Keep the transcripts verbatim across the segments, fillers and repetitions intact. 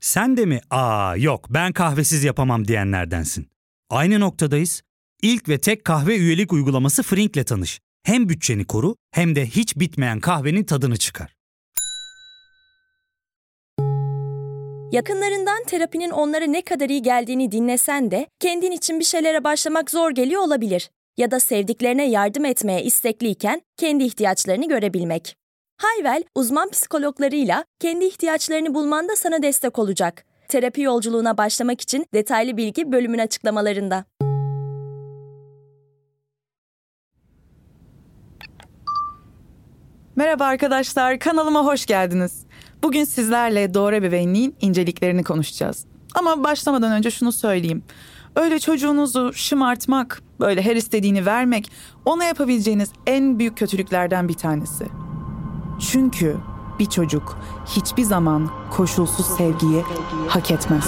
Sen de mi "Aa yok ben kahvesiz yapamam" diyenlerdensin? Aynı noktadayız. İlk ve tek kahve üyelik uygulaması Frink'le tanış. Hem bütçeni koru hem de hiç bitmeyen kahvenin tadını çıkar. Yakınlarından terapinin onlara ne kadar iyi geldiğini dinlesen de kendin için bir şeylere başlamak zor geliyor olabilir. Ya da sevdiklerine yardım etmeye istekliyken kendi ihtiyaçlarını görebilmek. Hayvel, uzman psikologlarıyla kendi ihtiyaçlarını bulmanda sana destek olacak. Terapi yolculuğuna başlamak için detaylı bilgi bölümün açıklamalarında. Merhaba arkadaşlar, kanalıma hoş geldiniz. Bugün sizlerle doğru ebeveynliğin inceliklerini konuşacağız. Ama başlamadan önce şunu söyleyeyim. Öyle çocuğunuzu şımartmak, böyle her istediğini vermek, ona yapabileceğiniz en büyük kötülüklerden bir tanesi. Çünkü bir çocuk hiçbir zaman koşulsuz sevgiyi hak etmez.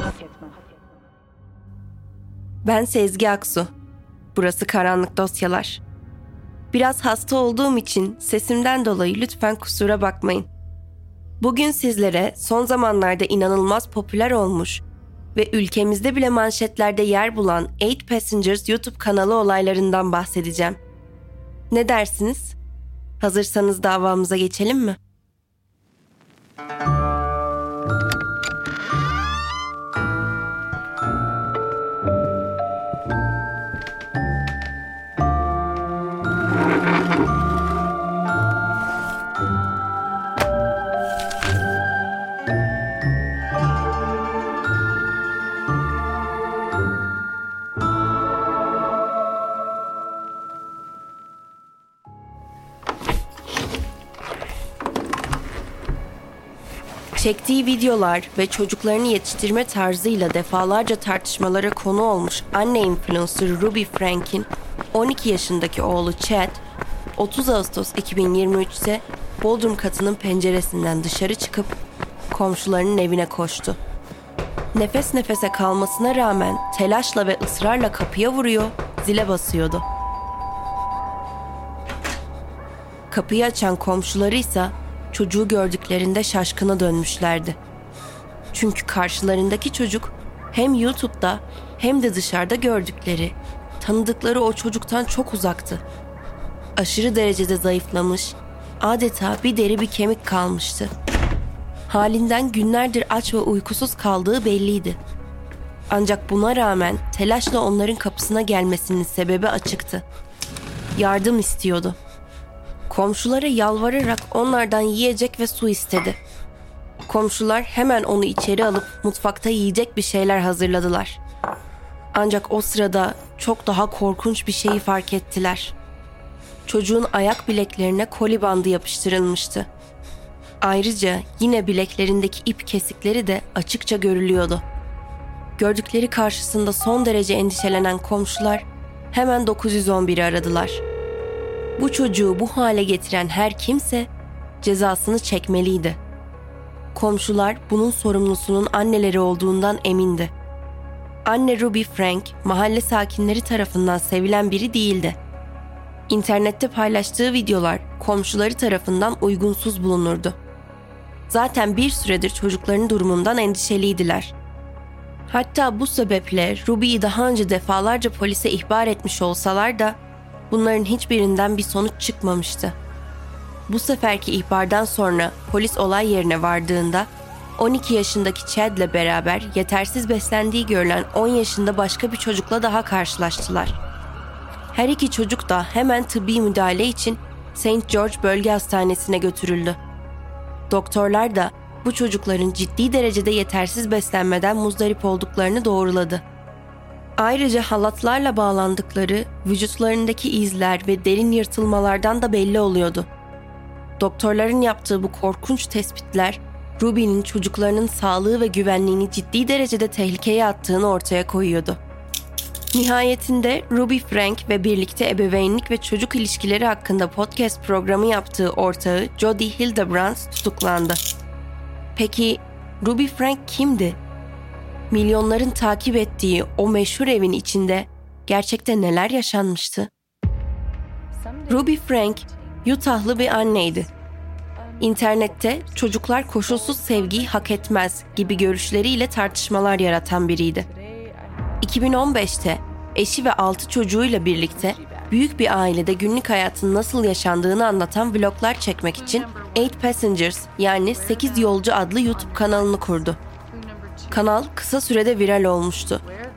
Ben Sezgi Aksu. Burası Karanlık Dosyalar. Biraz hasta olduğum için sesimden dolayı lütfen kusura bakmayın. Bugün sizlere son zamanlarda inanılmaz popüler olmuş ve ülkemizde bile manşetlerde yer bulan Eight Passengers YouTube kanalı olaylarından bahsedeceğim. Ne dersiniz? Hazırsanız davamıza geçelim mi? Çektiği videolar ve çocuklarını yetiştirme tarzıyla defalarca tartışmalara konu olmuş anne influencer Ruby Frank'in on iki yaşındaki oğlu Chad, otuz Ağustos iki bin yirmi üç'te Bodrum katının penceresinden dışarı çıkıp komşularının evine koştu. Nefes nefese kalmasına rağmen telaşla ve ısrarla kapıya vuruyor, zile basıyordu. Kapıyı açan komşuları ise çocuğu gördüklerinde şaşkına dönmüşlerdi. Çünkü karşılarındaki çocuk hem YouTube'da hem de dışarıda gördükleri, tanıdıkları o çocuktan çok uzaktı. Aşırı derecede zayıflamış, adeta bir deri bir kemik kalmıştı. Halinden günlerdir aç ve uykusuz kaldığı belliydi. Ancak buna rağmen telaşla onların kapısına gelmesinin sebebi açıktı. Yardım istiyordu. Komşulara yalvararak onlardan yiyecek ve su istedi. Komşular hemen onu içeri alıp mutfakta yiyecek bir şeyler hazırladılar. Ancak o sırada çok daha korkunç bir şeyi fark ettiler. Çocuğun ayak bileklerine koli bandı yapıştırılmıştı. Ayrıca yine bileklerindeki ip kesikleri de açıkça görülüyordu. Gördükleri karşısında son derece endişelenen komşular hemen dokuz yüz on bir'i aradılar. Bu çocuğu bu hale getiren her kimse cezasını çekmeliydi. Komşular bunun sorumlusunun anneleri olduğundan emindi. Anne Ruby Frank, mahalle sakinleri tarafından sevilen biri değildi. İnternette paylaştığı videolar komşuları tarafından uygunsuz bulunurdu. Zaten bir süredir çocukların durumundan endişeliydiler. Hatta bu sebeple Ruby'yi daha önce defalarca polise ihbar etmiş olsalar da bunların hiçbirinden bir sonuç çıkmamıştı. Bu seferki ihbardan sonra polis olay yerine vardığında on iki yaşındaki Chad'le beraber yetersiz beslendiği görülen on yaşında başka bir çocukla daha karşılaştılar. Her iki çocuk da hemen tıbbi müdahale için Saint George Bölge Hastanesi'ne götürüldü. Doktorlar da bu çocukların ciddi derecede yetersiz beslenmeden muzdarip olduklarını doğruladı. Ayrıca halatlarla bağlandıkları vücutlarındaki izler ve derin yırtılmalardan da belli oluyordu. Doktorların yaptığı bu korkunç tespitler, Ruby'nin çocuklarının sağlığı ve güvenliğini ciddi derecede tehlikeye attığını ortaya koyuyordu. Nihayetinde Ruby Frank ve birlikte ebeveynlik ve çocuk ilişkileri hakkında podcast programı yaptığı ortağı Jody Hildebrandt tutuklandı. Peki Ruby Frank kimdi? Milyonların takip ettiği o meşhur evin içinde gerçekten neler yaşanmıştı? Ruby Frank, Utah'lı bir anneydi. İnternette çocuklar koşulsuz sevgiyi hak etmez gibi görüşleriyle tartışmalar yaratan biriydi. iki bin on beşte eşi ve altı çocuğuyla birlikte büyük bir ailede günlük hayatın nasıl yaşandığını anlatan vloglar çekmek için Eight Passengers yani sekiz Yolcu adlı YouTube kanalını kurdu. Kanal kısa sürede viral olmuştu.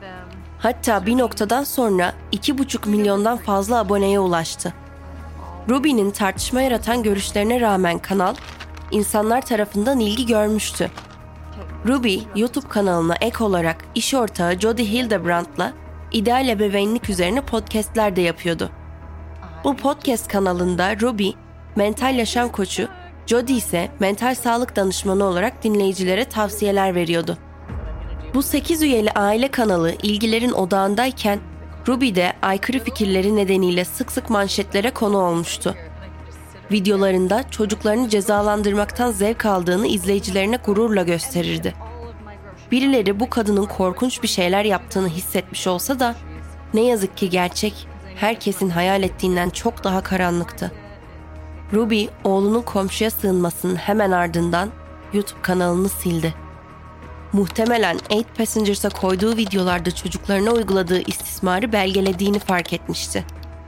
Hatta bir noktadan sonra iki buçuk milyondan fazla aboneye ulaştı. Ruby'nin tartışma yaratan görüşlerine rağmen kanal, insanlar tarafından ilgi görmüştü. Ruby, YouTube kanalına ek olarak iş ortağı Jodi Hildebrandt'la ideal ebeveynlik üzerine podcastler de yapıyordu. Bu podcast kanalında Ruby, mental yaşam koçu, Jodi ise mental sağlık danışmanı olarak dinleyicilere tavsiyeler veriyordu. Bu sekiz üyeli aile kanalı ilgilerin odağındayken, Ruby de aykırı fikirleri nedeniyle sık sık manşetlere konu olmuştu. Videolarında çocuklarını cezalandırmaktan zevk aldığını izleyicilerine gururla gösterirdi. Birileri bu kadının korkunç bir şeyler yaptığını hissetmiş olsa da ne yazık ki gerçek herkesin hayal ettiğinden çok daha karanlıktı. Ruby oğlunun komşuya sığınmasının hemen ardından YouTube kanalını sildi. Muhtemelen Eight Passengers'a koyduğu videolarda çocuklarına uyguladığı istismarı belgelediğini fark etmişti.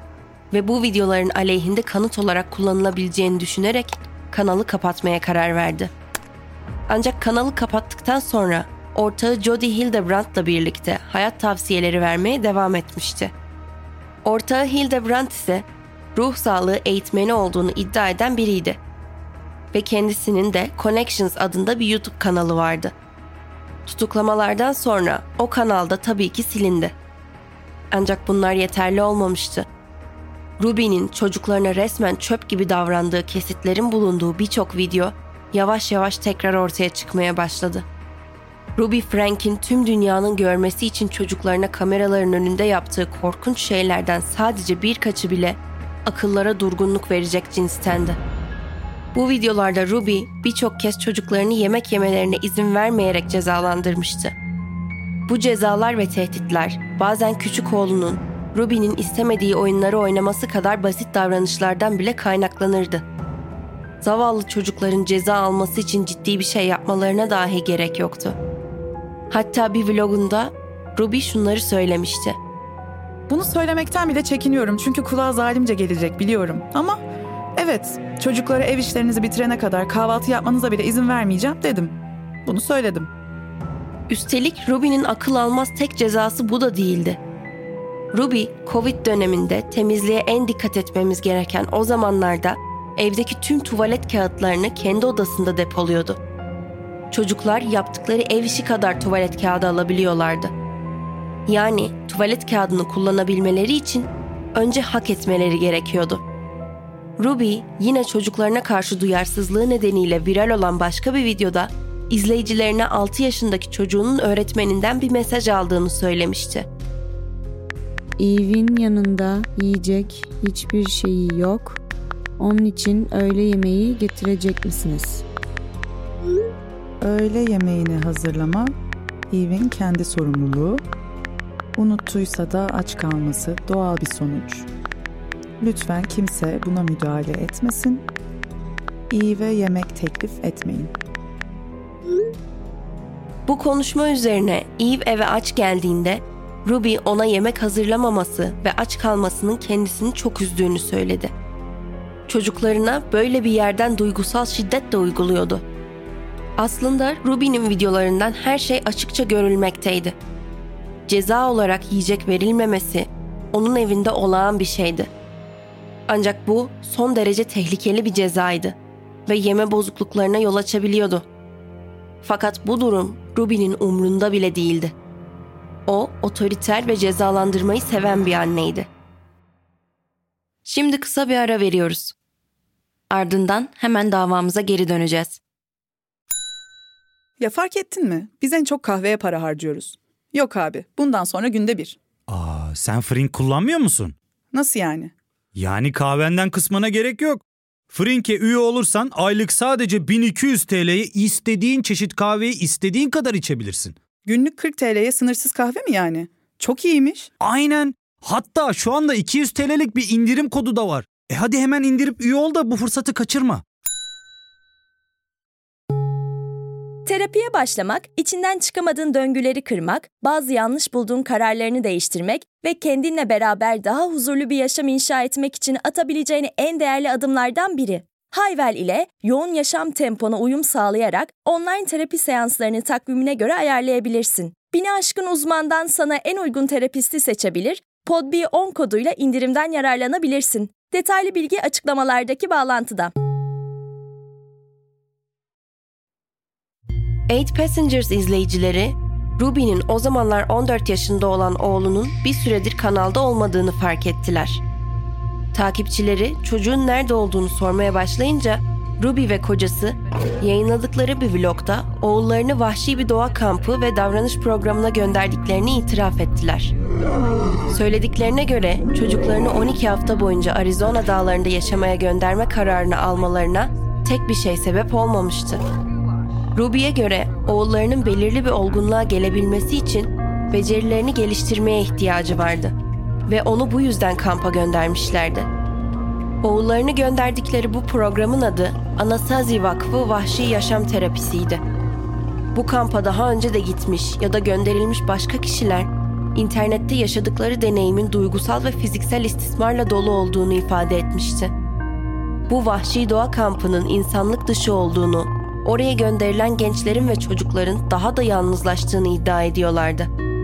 Ve bu videoların aleyhinde kanıt olarak kullanılabileceğini düşünerek kanalı kapatmaya karar verdi. Ancak kanalı kapattıktan sonra ortağı Jodi Hildebrandt'la birlikte hayat tavsiyeleri vermeye devam etmişti. Ortağı Hildebrandt ise ruh sağlığı eğitmeni olduğunu iddia eden biriydi. Ve kendisinin de Connections adında bir YouTube kanalı vardı. Tutuklamalardan sonra o kanalda tabii ki silindi. Ancak bunlar yeterli olmamıştı. Ruby'nin çocuklarına resmen çöp gibi davrandığı kesitlerin bulunduğu birçok video yavaş yavaş tekrar ortaya çıkmaya başladı. Ruby Frank'in tüm dünyanın görmesi için çocuklarına kameraların önünde yaptığı korkunç şeylerden sadece birkaçı bile akıllara durgunluk verecek cinstendi. Bu videolarda Ruby birçok kez çocuklarını yemek yemelerine izin vermeyerek cezalandırmıştı. Bu cezalar ve tehditler bazen küçük oğlunun Ruby'nin istemediği oyunları oynaması kadar basit davranışlardan bile kaynaklanırdı. Zavallı çocukların ceza alması için ciddi bir şey yapmalarına dahi gerek yoktu. Hatta bir vlogunda Ruby şunları söylemişti. Bunu söylemekten bile çekiniyorum çünkü kulağa zalimce gelecek biliyorum. Ama evet, çocuklara ev işlerinizi bitirene kadar kahvaltı yapmanıza bile izin vermeyeceğim dedim. Bunu söyledim. Üstelik Ruby'nin akıl almaz tek cezası bu da değildi. Ruby, Covid döneminde temizliğe en dikkat etmemiz gereken o zamanlarda evdeki tüm tuvalet kağıtlarını kendi odasında depoluyordu. Çocuklar yaptıkları ev işi kadar tuvalet kağıdı alabiliyorlardı. Yani tuvalet kağıdını kullanabilmeleri için önce hak etmeleri gerekiyordu. Ruby yine çocuklarına karşı duyarsızlığı nedeniyle viral olan başka bir videoda izleyicilerine altı yaşındaki çocuğunun öğretmeninden bir mesaj aldığını söylemişti. Eve'in yanında yiyecek hiçbir şeyi yok. Onun için öğle yemeği getirecek misiniz? Öğle yemeğini hazırlama Eve'in kendi sorumluluğu. Unuttuysa da aç kalması doğal bir sonuç. Lütfen kimse buna müdahale etmesin. Eve yemek teklif etmeyin. Bu konuşma üzerine Eve eve aç geldiğinde Ruby ona yemek hazırlamaması ve aç kalmasının kendisini çok üzdüğünü söyledi. Çocuklarına böyle bir yerden duygusal şiddet de uyguluyordu. Aslında Ruby'nin videolarından her şey açıkça görülmekteydi. Ceza olarak yiyecek verilmemesi onun evinde olağan bir şeydi. Ancak bu son derece tehlikeli bir cezaydı ve yeme bozukluklarına yol açabiliyordu. Fakat bu durum Ruby'nin umrunda bile değildi. O, otoriter ve cezalandırmayı seven bir anneydi. Şimdi kısa bir ara veriyoruz. Ardından hemen davamıza geri döneceğiz. Ya fark ettin mi? Biz en çok kahveye para harcıyoruz. Yok abi, bundan sonra günde bir. Aa, sen Frink kullanmıyor musun? Nasıl yani? Yani kahvenden kısmına gerek yok. Frink'e üye olursan aylık sadece bin iki yüz T L'ye istediğin çeşit kahveyi istediğin kadar içebilirsin. Günlük kırk T L'ye sınırsız kahve mi yani? Çok iyiymiş. Aynen. Hatta şu anda iki yüz T L'lik bir indirim kodu da var. E hadi hemen indirip üye ol da bu fırsatı kaçırma. Terapiye başlamak, içinden çıkamadığın döngüleri kırmak, bazı yanlış bulduğun kararlarını değiştirmek ve kendinle beraber daha huzurlu bir yaşam inşa etmek için atabileceğin en değerli adımlardan biri. Hayvel ile yoğun yaşam tempona uyum sağlayarak online terapi seanslarını takvimine göre ayarlayabilirsin. Bini aşkın uzmandan sana en uygun terapisti seçebilir, Podbi on koduyla indirimden yararlanabilirsin. Detaylı bilgi açıklamalardaki bağlantıda. Eight Passengers izleyicileri, Ruby'nin o zamanlar on dört yaşında olan oğlunun bir süredir kanalda olmadığını fark ettiler. Takipçileri çocuğun nerede olduğunu sormaya başlayınca Ruby ve kocası yayınladıkları bir vlogda oğullarını vahşi bir doğa kampı ve davranış programına gönderdiklerini itiraf ettiler. Söylediklerine göre çocuklarını on iki hafta boyunca Arizona dağlarında yaşamaya gönderme kararını almalarına tek bir şey sebep olmamıştı. Ruby'ye göre oğullarının belirli bir olgunluğa gelebilmesi için becerilerini geliştirmeye ihtiyacı vardı ve onu bu yüzden kampa göndermişlerdi. Oğullarını gönderdikleri bu programın adı Anasazi Vakfı Vahşi Yaşam Terapisi'ydi. Bu kampa daha önce de gitmiş ya da gönderilmiş başka kişiler, internette yaşadıkları deneyimin duygusal ve fiziksel istismarla dolu olduğunu ifade etmişti. Bu vahşi doğa kampının insanlık dışı olduğunu, oraya gönderilen gençlerin ve çocukların daha da yalnızlaştığını iddia ediyorlardı.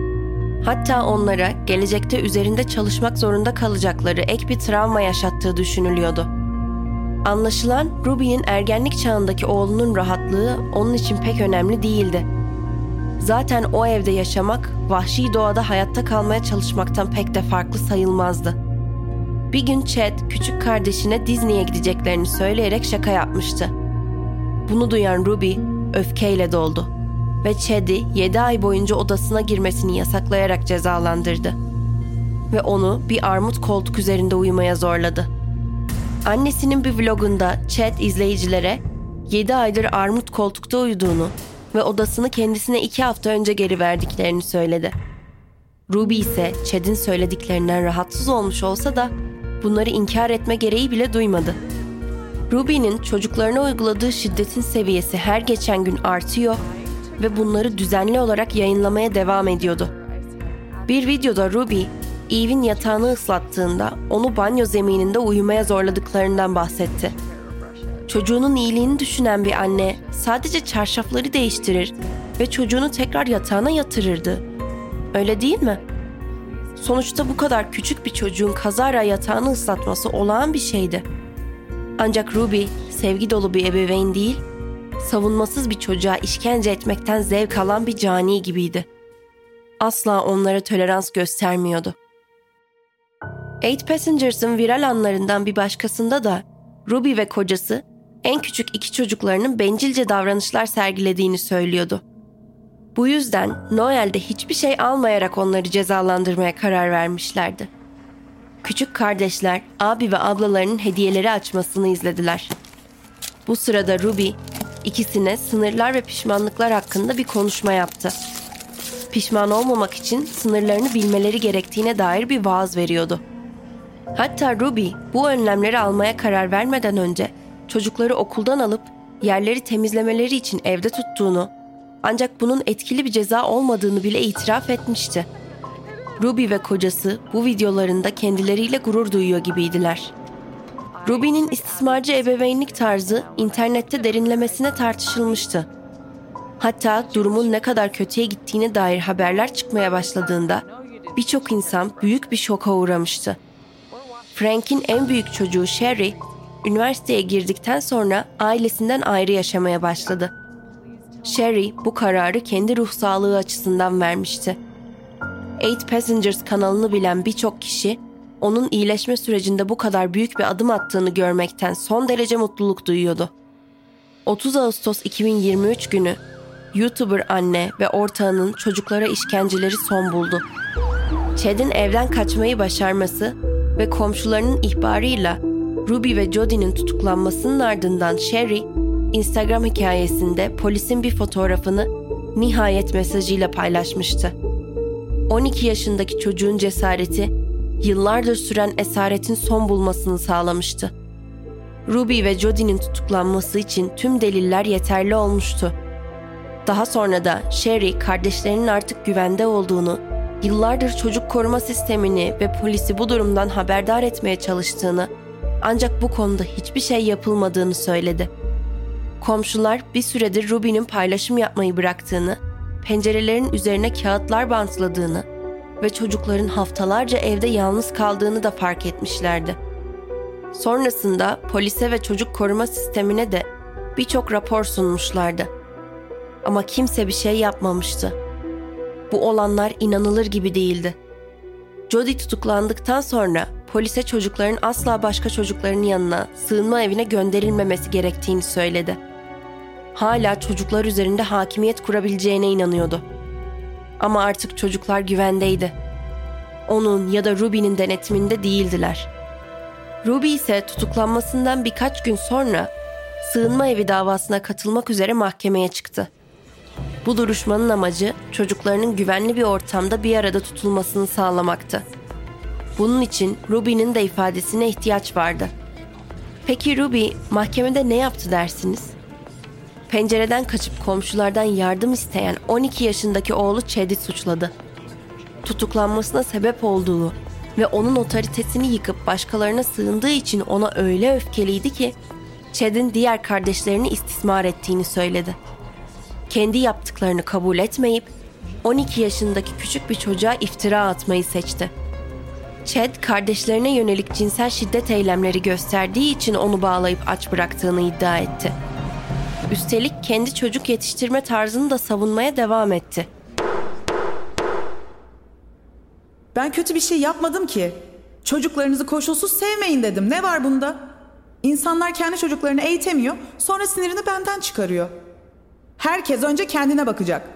Hatta onlara gelecekte üzerinde çalışmak zorunda kalacakları ek bir travma yaşattığı düşünülüyordu. Anlaşılan Ruby'nin ergenlik çağındaki oğlunun rahatlığı onun için pek önemli değildi. Zaten o evde yaşamak, vahşi doğada hayatta kalmaya çalışmaktan pek de farklı sayılmazdı. Bir gün Chad, küçük kardeşine Disney'e gideceklerini söyleyerek şaka yapmıştı. Bunu duyan Ruby öfkeyle doldu ve Chad'i yedi ay boyunca odasına girmesini yasaklayarak cezalandırdı ve onu bir armut koltuk üzerinde uyumaya zorladı. Annesinin bir vlogunda Chad izleyicilere yedi aydır armut koltukta uyuduğunu ve odasını kendisine iki hafta önce geri verdiklerini söyledi. Ruby ise Chad'in söylediklerinden rahatsız olmuş olsa da bunları inkar etme gereği bile duymadı. Ruby'nin çocuklarına uyguladığı şiddetin seviyesi her geçen gün artıyor ve bunları düzenli olarak yayınlamaya devam ediyordu. Bir videoda Ruby, Eve'in yatağını ıslattığında onu banyo zemininde uyumaya zorladıklarından bahsetti. Çocuğunun iyiliğini düşünen bir anne sadece çarşafları değiştirir ve çocuğunu tekrar yatağına yatırırdı. Öyle değil mi? Sonuçta bu kadar küçük bir çocuğun kazara yatağını ıslatması olağan bir şeydi. Ancak Ruby sevgi dolu bir ebeveyn değil, savunmasız bir çocuğa işkence etmekten zevk alan bir cani gibiydi. Asla onlara tolerans göstermiyordu. Eight Passengers'ın viral anlarından bir başkasında da Ruby ve kocası en küçük iki çocuklarının bencilce davranışlar sergilediğini söylüyordu. Bu yüzden Noel'de hiçbir şey almayarak onları cezalandırmaya karar vermişlerdi. Küçük kardeşler abi ve ablalarının hediyeleri açmasını izlediler. Bu sırada Ruby ikisine sınırlar ve pişmanlıklar hakkında bir konuşma yaptı. Pişman olmamak için sınırlarını bilmeleri gerektiğine dair bir vaaz veriyordu. Hatta Ruby bu önlemleri almaya karar vermeden önce çocukları okuldan alıp yerleri temizlemeleri için evde tuttuğunu, ancak bunun etkili bir ceza olmadığını bile itiraf etmişti. Ruby ve kocası bu videolarında kendileriyle gurur duyuyor gibiydiler. Ruby'nin istismarcı ebeveynlik tarzı internette derinlemesine tartışılmıştı. Hatta durumun ne kadar kötüye gittiğine dair haberler çıkmaya başladığında birçok insan büyük bir şoka uğramıştı. Frank'in en büyük çocuğu Sherry, üniversiteye girdikten sonra ailesinden ayrı yaşamaya başladı. Sherry bu kararı kendi ruh sağlığı açısından vermişti. Eight Passengers kanalını bilen birçok kişi, onun iyileşme sürecinde bu kadar büyük bir adım attığını görmekten son derece mutluluk duyuyordu. otuz Ağustos iki bin yirmi üç günü YouTuber anne ve ortağının çocuklara işkenceleri son buldu. Chad'in evden kaçmayı başarması ve komşularının ihbarıyla Ruby ve Jodie'nin tutuklanmasının ardından Sherry, Instagram hikayesinde polisin bir fotoğrafını nihayet mesajıyla paylaşmıştı. on iki yaşındaki çocuğun cesareti, yıllardır süren esaretin son bulmasını sağlamıştı. Ruby ve Jodie'nin tutuklanması için tüm deliller yeterli olmuştu. Daha sonra da Sherry kardeşlerinin artık güvende olduğunu, yıllardır çocuk koruma sistemini ve polisi bu durumdan haberdar etmeye çalıştığını, ancak bu konuda hiçbir şey yapılmadığını söyledi. Komşular bir süredir Ruby'nin paylaşım yapmayı bıraktığını, pencerelerin üzerine kağıtlar bantladığını ve çocukların haftalarca evde yalnız kaldığını da fark etmişlerdi. Sonrasında polise ve çocuk koruma sistemine de birçok rapor sunmuşlardı. Ama kimse bir şey yapmamıştı. Bu olanlar inanılır gibi değildi. Jody tutuklandıktan sonra polise çocukların asla başka çocukların yanına, sığınma evine gönderilmemesi gerektiğini söyledi. Hala çocuklar üzerinde hakimiyet kurabileceğine inanıyordu. Ama artık çocuklar güvendeydi. Onun ya da Ruby'nin denetiminde değildiler. Ruby ise tutuklanmasından birkaç gün sonra sığınma evi davasına katılmak üzere mahkemeye çıktı. Bu duruşmanın amacı çocuklarının güvenli bir ortamda bir arada tutulmasını sağlamaktı. Bunun için Ruby'nin de ifadesine ihtiyaç vardı. Peki Ruby mahkemede ne yaptı dersiniz? Pencereden kaçıp komşulardan yardım isteyen on iki yaşındaki oğlu Chad'i suçladı. Tutuklanmasına sebep olduğu ve onun otoritesini yıkıp başkalarına sığındığı için ona öyle öfkeliydi ki Chad'in diğer kardeşlerini istismar ettiğini söyledi. Kendi yaptıklarını kabul etmeyip on iki yaşındaki küçük bir çocuğa iftira atmayı seçti. Chad kardeşlerine yönelik cinsel şiddet eylemleri gösterdiği için onu bağlayıp aç bıraktığını iddia etti. Üstelik kendi çocuk yetiştirme tarzını da savunmaya devam etti. Ben kötü bir şey yapmadım ki. Çocuklarınızı koşulsuz sevmeyin dedim. Ne var bunda? İnsanlar kendi çocuklarını eğitemiyor, sonra sinirini benden çıkarıyor. Herkes önce kendine bakacak.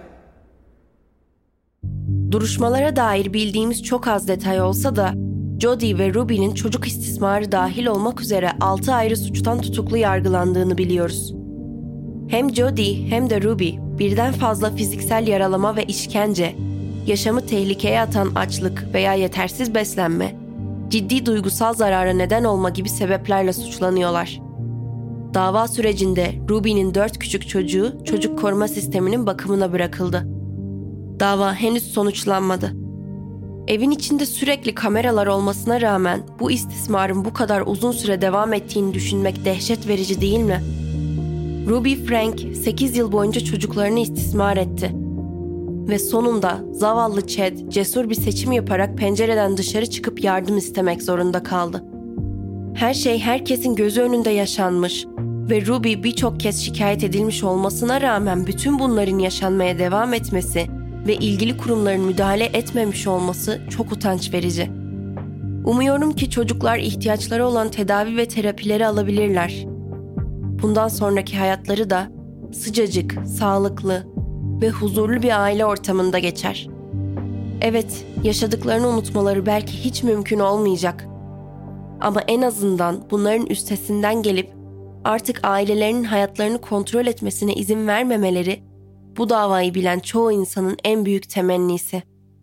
Duruşmalara dair bildiğimiz çok az detay olsa da Jody ve Ruby'nin çocuk istismarı dahil olmak üzere altı ayrı suçtan tutuklu yargılandığını biliyoruz. Hem Jody hem de Ruby birden fazla fiziksel yaralama ve işkence, yaşamı tehlikeye atan açlık veya yetersiz beslenme, ciddi duygusal zarara neden olma gibi sebeplerle suçlanıyorlar. Dava sürecinde Ruby'nin dört küçük çocuğu çocuk koruma sisteminin bakımına bırakıldı. Dava henüz sonuçlanmadı. Evin içinde sürekli kameralar olmasına rağmen bu istismarın bu kadar uzun süre devam ettiğini düşünmek dehşet verici değil mi? Ruby Frank sekiz yıl boyunca çocuklarını istismar etti. Ve sonunda zavallı Chad cesur bir seçim yaparak pencereden dışarı çıkıp yardım istemek zorunda kaldı. Her şey herkesin gözü önünde yaşanmış ve Ruby birçok kez şikayet edilmiş olmasına rağmen bütün bunların yaşanmaya devam etmesi ve ilgili kurumların müdahale etmemiş olması çok utanç verici. Umuyorum ki çocuklar ihtiyaçları olan tedavi ve terapileri alabilirler. Bundan sonraki hayatları da sıcacık, sağlıklı ve huzurlu bir aile ortamında geçer. Evet, yaşadıklarını unutmaları belki hiç mümkün olmayacak. Ama en azından bunların üstesinden gelip artık ailelerinin hayatlarını kontrol etmesine izin vermemeleri bu davayı bilen çoğu insanın en büyük temennisi.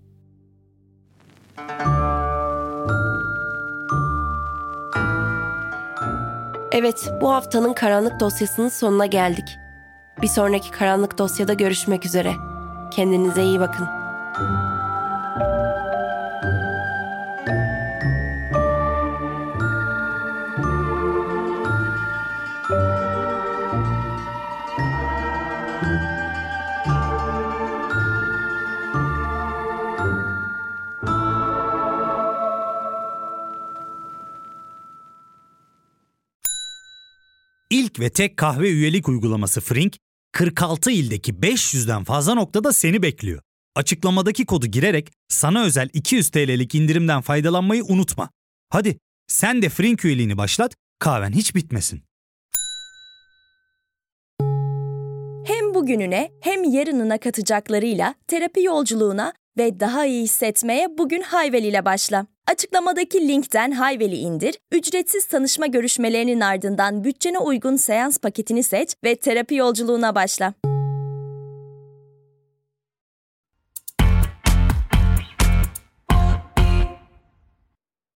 Evet, bu haftanın Karanlık Dosyası'nın sonuna geldik. Bir sonraki Karanlık Dosya'da görüşmek üzere. Kendinize iyi bakın. İlk ve tek kahve üyelik uygulaması Frink, kırk altı ildeki beş yüzden fazla noktada seni bekliyor. Açıklamadaki kodu girerek sana özel iki yüz TL'lik indirimden faydalanmayı unutma. Hadi sen de Frink üyeliğini başlat, kahven hiç bitmesin. Hem bugününe hem yarınına katacaklarıyla terapi yolculuğuna ve daha iyi hissetmeye bugün Hayvel ile başla. Açıklamadaki linkten Hayvel'i indir, ücretsiz tanışma görüşmelerinin ardından bütçene uygun seans paketini seç ve terapi yolculuğuna başla.